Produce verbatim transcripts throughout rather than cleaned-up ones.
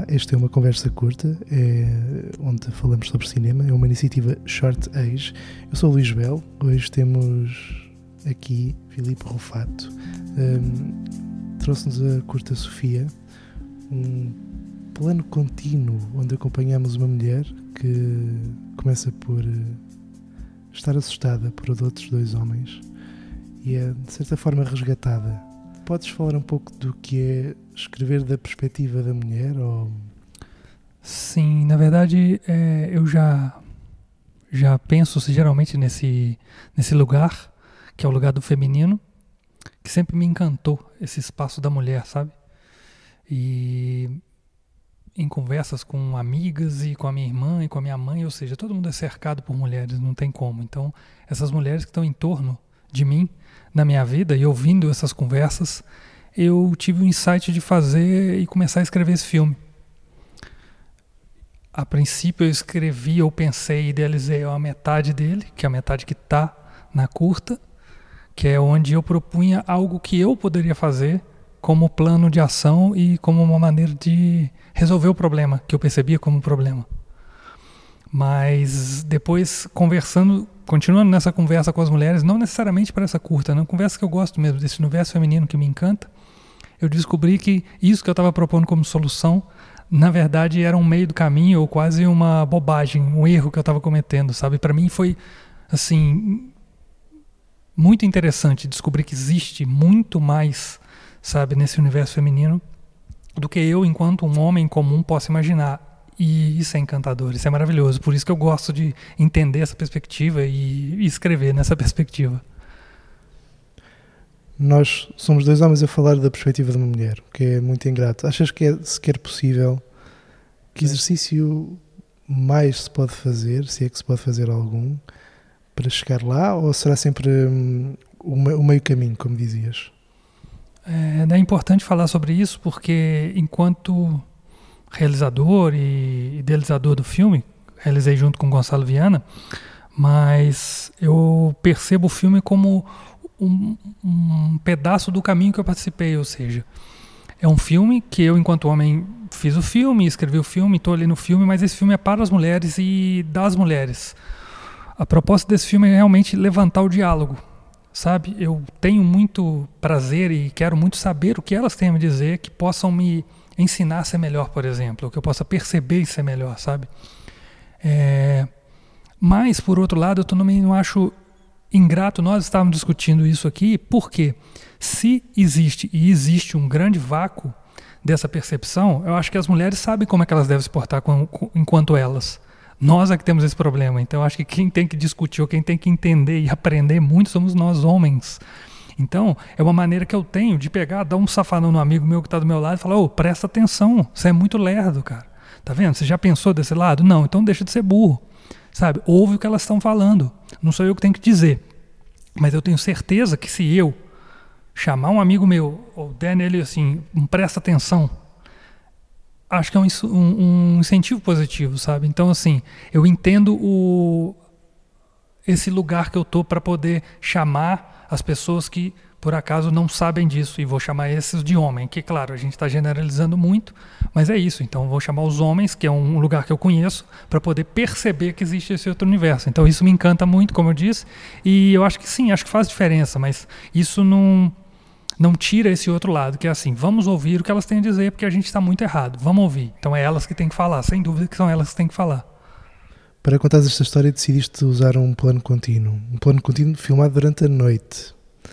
Olá, esta é uma conversa curta, é, onde falamos sobre cinema, é uma iniciativa Short Age. Eu sou o Luís Belo, hoje temos aqui Filipe Rufato. Um, trouxe-nos a curta Sofia, um plano contínuo onde acompanhamos uma mulher que começa por estar assustada por outros dois homens e é de certa forma resgatada. Podes falar um pouco do que é escrever da perspectiva da mulher? Ou... Sim, na verdade é, eu já, já penso geralmente nesse, nesse lugar, que é o lugar do feminino, que sempre me encantou, esse espaço da mulher, sabe? E em conversas com amigas e com a minha irmã e com a minha mãe, ou seja, todo mundo é cercado por mulheres, não tem como. Então, essas mulheres que estão em torno de mim, na minha vida, e ouvindo essas conversas, eu tive o insight de fazer e começar a escrever esse filme. A princípio eu escrevi, eu pensei, idealizei a metade dele, que é a metade que está na curta, que é onde eu propunha algo que eu poderia fazer como plano de ação e como uma maneira de resolver o problema, que eu percebia como um problema. Mas depois, conversando, continuando nessa conversa com as mulheres, não necessariamente para essa curta, não, conversa que eu gosto mesmo, desse universo feminino que me encanta, eu descobri que isso que eu estava propondo como solução, na verdade era um meio do caminho, ou quase uma bobagem, um erro que eu estava cometendo, sabe? Para mim foi, assim, muito interessante descobrir que existe muito mais, sabe, nesse universo feminino, do que eu, enquanto um homem comum, posso imaginar. E isso é encantador, isso é maravilhoso. Por isso que eu gosto de entender essa perspectiva e, e escrever nessa perspectiva. Nós somos dois homens a falar da perspectiva de uma mulher, o que é muito ingrato. Achas que é sequer possível? Que exercício mais se pode fazer, se é que se pode fazer algum, para chegar lá? Ou será sempre hum, o meio caminho, como dizias? É, é importante falar sobre isso porque, enquanto realizador e idealizador do filme, realizei junto com Gonçalo Viana, mas eu percebo o filme como um, um pedaço do caminho que eu participei, ou seja, é um filme que eu, enquanto homem, fiz o filme, escrevi o filme, estou ali no filme, mas esse filme é para as mulheres e das mulheres. A proposta desse filme é realmente levantar o diálogo, sabe? Eu tenho muito prazer e quero muito saber o que elas têm a me dizer, que possam me ensinar a ser melhor, por exemplo, que eu possa perceber e ser melhor, sabe? É... Mas, por outro lado, eu também não acho ingrato nós estávamos discutindo isso aqui, porque se existe e existe um grande vácuo dessa percepção, eu acho que as mulheres sabem como é que elas devem se portar com, com, enquanto elas. Nós é que temos esse problema, então eu acho que quem tem que discutir ou quem tem que entender e aprender muito somos nós, homens. Então, é uma maneira que eu tenho de pegar, dar um safanão no amigo meu que está do meu lado e falar: ô, presta atenção, você é muito lerdo, cara. Tá vendo? Você já pensou desse lado? Não, então deixa de ser burro. Sabe? Ouve o que elas estão falando. Não sou eu que tenho que dizer. Mas eu tenho certeza que se eu chamar um amigo meu, ou der nele assim, um presta atenção, acho que é um, um, um incentivo positivo, sabe? Então, assim, eu entendo o, esse lugar que eu tô para poder chamar as pessoas que, por acaso, não sabem disso, e vou chamar esses de homem, que, claro, a gente está generalizando muito, mas é isso. Então, vou chamar os homens, que é um lugar que eu conheço, para poder perceber que existe esse outro universo. Então, isso me encanta muito, como eu disse, e eu acho que sim, acho que faz diferença, mas isso não, não tira esse outro lado, que é assim, vamos ouvir o que elas têm a dizer, porque a gente está muito errado, vamos ouvir. Então, é elas que têm que falar, sem dúvida que são elas que têm que falar. Para contar esta história, decidiste usar um plano contínuo. Um plano contínuo filmado durante a noite.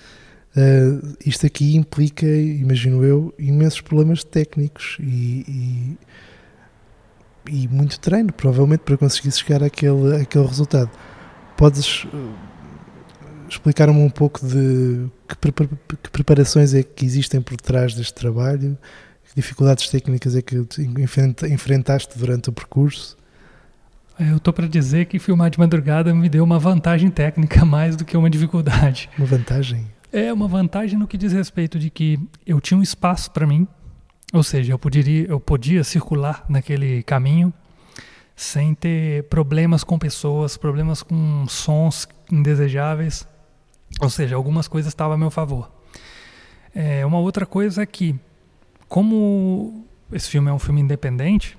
Uh, isto aqui implica, imagino eu, imensos problemas técnicos e, e, e muito treino, provavelmente, para conseguir chegar àquele, àquele resultado. Podes uh, explicar-me um pouco de que, prepara, que preparações é que existem por trás deste trabalho? Que dificuldades técnicas é que enfrentaste durante o percurso? Eu estou para dizer que filmar de madrugada me deu uma vantagem técnica mais do que uma dificuldade. Uma vantagem? É uma vantagem no que diz respeito de que eu tinha um espaço para mim, ou seja, eu poderia, eu podia circular naquele caminho sem ter problemas com pessoas, problemas com sons indesejáveis, ou seja, algumas coisas estavam a meu favor. É, uma outra coisa é que, como esse filme é um filme independente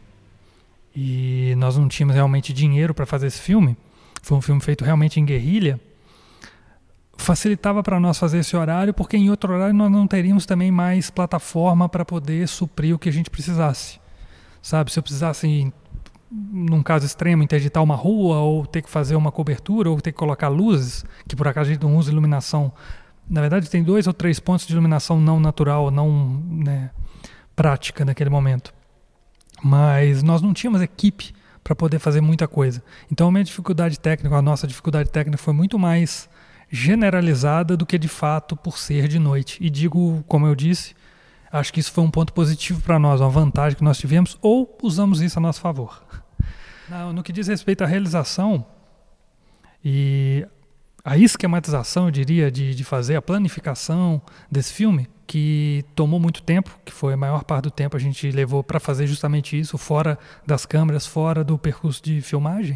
e nós não tínhamos realmente dinheiro para fazer esse filme, foi um filme feito realmente em guerrilha, facilitava para nós fazer esse horário, porque em outro horário nós não teríamos também mais plataforma para poder suprir o que a gente precisasse. Sabe, se eu precisasse, num caso extremo, interditar uma rua, ou ter que fazer uma cobertura, ou ter que colocar luzes, que por acaso a gente não usa iluminação. Na verdade tem dois ou três pontos de iluminação não natural, não, né, prática naquele momento. Mas nós não tínhamos equipe para poder fazer muita coisa. Então a minha dificuldade técnica, a nossa dificuldade técnica foi muito mais generalizada do que de fato por ser de noite. E digo, como eu disse, acho que isso foi um ponto positivo para nós, uma vantagem que nós tivemos, ou usamos isso a nosso favor. No, no que diz respeito à realização e a esquematização, eu diria, de, de fazer a planificação desse filme, que tomou muito tempo, que foi a maior parte do tempo a gente levou para fazer justamente isso, fora das câmeras, fora do percurso de filmagem,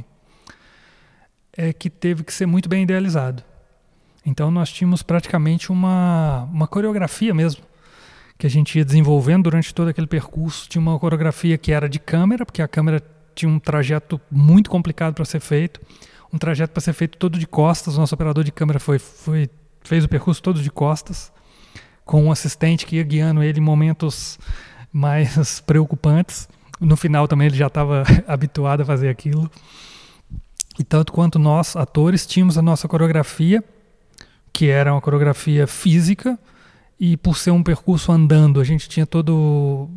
é que teve que ser muito bem idealizado. Então nós tínhamos praticamente uma, uma coreografia mesmo, que a gente ia desenvolvendo durante todo aquele percurso. Tinha uma coreografia que era de câmera, porque a câmera tinha um trajeto muito complicado para ser feito, um trajeto para ser feito todo de costas. O nosso operador de câmera foi, foi, fez o percurso todo de costas, com um assistente que ia guiando ele em momentos mais preocupantes. No final também ele já estava habituado a fazer aquilo. E tanto quanto nós, atores, tínhamos a nossa coreografia, que era uma coreografia física, e por ser um percurso andando, a gente tinha todo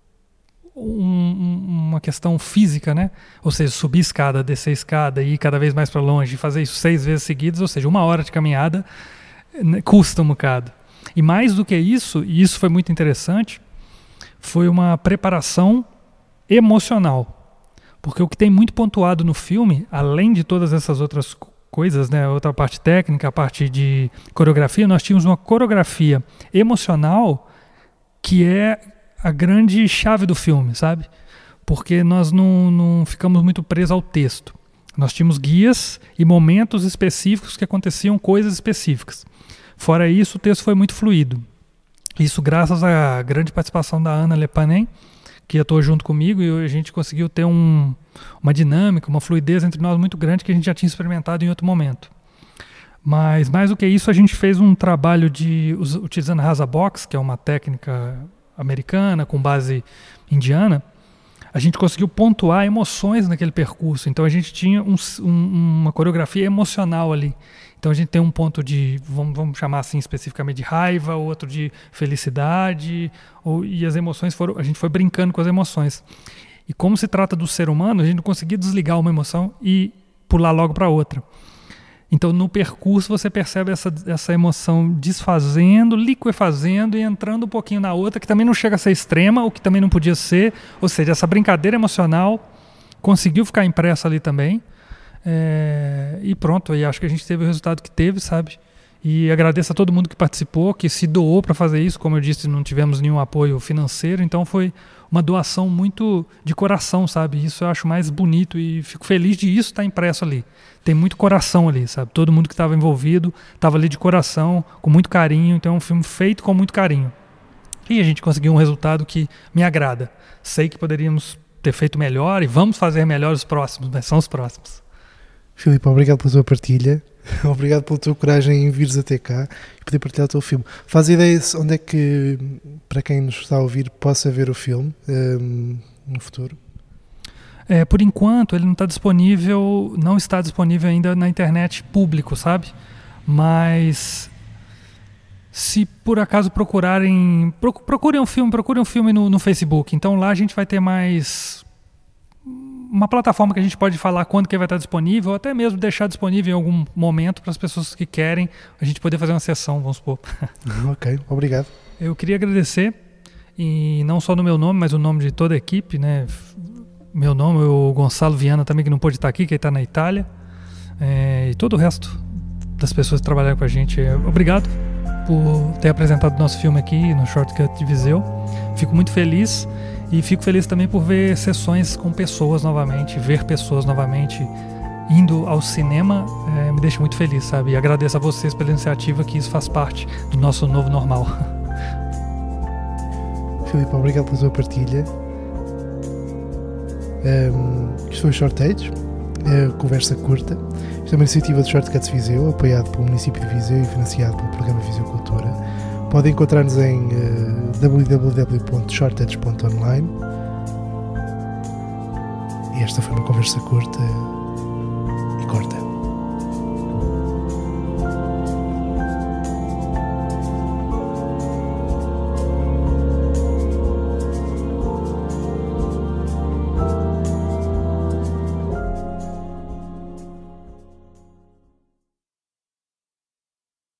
um, uma questão física, né? Ou seja, subir escada, descer escada, ir cada vez mais para longe, fazer isso seis vezes seguidas, ou seja, uma hora de caminhada, né, custa um bocado. E mais do que isso, e isso foi muito interessante, foi uma preparação emocional. Porque o que tem muito pontuado no filme, além de todas essas outras coisas, né, outra parte técnica, a parte de coreografia, nós tínhamos uma coreografia emocional que é a grande chave do filme, sabe? Porque nós não, não ficamos muito presos ao texto. Nós tínhamos guias e momentos específicos que aconteciam coisas específicas. Fora isso, o texto foi muito fluido. Isso graças à grande participação da Ana Lepanen, que atuou junto comigo, e a gente conseguiu ter um, uma dinâmica, uma fluidez entre nós muito grande que a gente já tinha experimentado em outro momento. Mas mais do que isso, a gente fez um trabalho de utilizando Rasa Box, que é uma técnica americana com base indiana. A gente conseguiu pontuar emoções naquele percurso. Então a gente tinha um, um, uma coreografia emocional ali. Então a gente tem um ponto de, vamos, vamos chamar assim especificamente de raiva, outro de felicidade, ou, e as emoções foram, a gente foi brincando com as emoções. E como se trata do ser humano, a gente não conseguia desligar uma emoção e pular logo para outra. Então no percurso você percebe essa, essa emoção desfazendo, liquefazendo e entrando um pouquinho na outra, que também não chega a ser extrema, o que também não podia ser. Ou seja, essa brincadeira emocional conseguiu ficar impressa ali também. É, e pronto, e acho que a gente teve o resultado que teve, sabe? E agradeço a todo mundo que participou, que se doou para fazer isso. Como eu disse, não tivemos nenhum apoio financeiro, então foi uma doação muito de coração, sabe? Isso eu acho mais bonito e fico feliz de isso estar impresso ali. Tem muito coração ali, sabe? Todo mundo que estava envolvido estava ali de coração, com muito carinho, então é um filme feito com muito carinho. E a gente conseguiu um resultado que me agrada. Sei que poderíamos ter feito melhor e vamos fazer melhor os próximos, mas são os próximos. Filipe, obrigado pela tua partilha, obrigado pela tua coragem em vires até cá e poder partilhar o teu filme. Faz ideia onde é que, para quem nos está a ouvir, possa ver o filme um, no futuro? É, por enquanto ele não está disponível, não está disponível ainda na internet público, sabe? Mas se por acaso procurarem, procurem um filme, procurem um filme no, no Facebook. Então lá a gente vai ter mais uma plataforma que a gente pode falar quando que vai estar disponível, ou até mesmo deixar disponível em algum momento para as pessoas que querem a gente poder fazer uma sessão, vamos supor. Ok, obrigado. Eu queria agradecer, e não só no meu nome, mas o nome de toda a equipe, né? Meu nome é o Gonçalo Viana também, que não pôde estar aqui, que está na Itália, é, e todo o resto das pessoas que trabalharam com a gente. Obrigado por ter apresentado o nosso filme aqui no Shortcut de Viseu. Fico muito feliz. E fico feliz também por ver sessões com pessoas novamente, ver pessoas novamente indo ao cinema, é, me deixa muito feliz, sabe? E agradeço a vocês pela iniciativa, que isso faz parte do nosso novo normal. Filipe, obrigado pela tua partilha. Um, isto foi o Shortage, a conversa curta. Isto é uma iniciativa de Shortcuts Viseu, apoiado pelo município de Viseu e financiado pelo programa Viseu Cultura. Podem encontrar-nos em uh, w w w ponto shortage ponto online. E esta foi uma conversa curta e corta.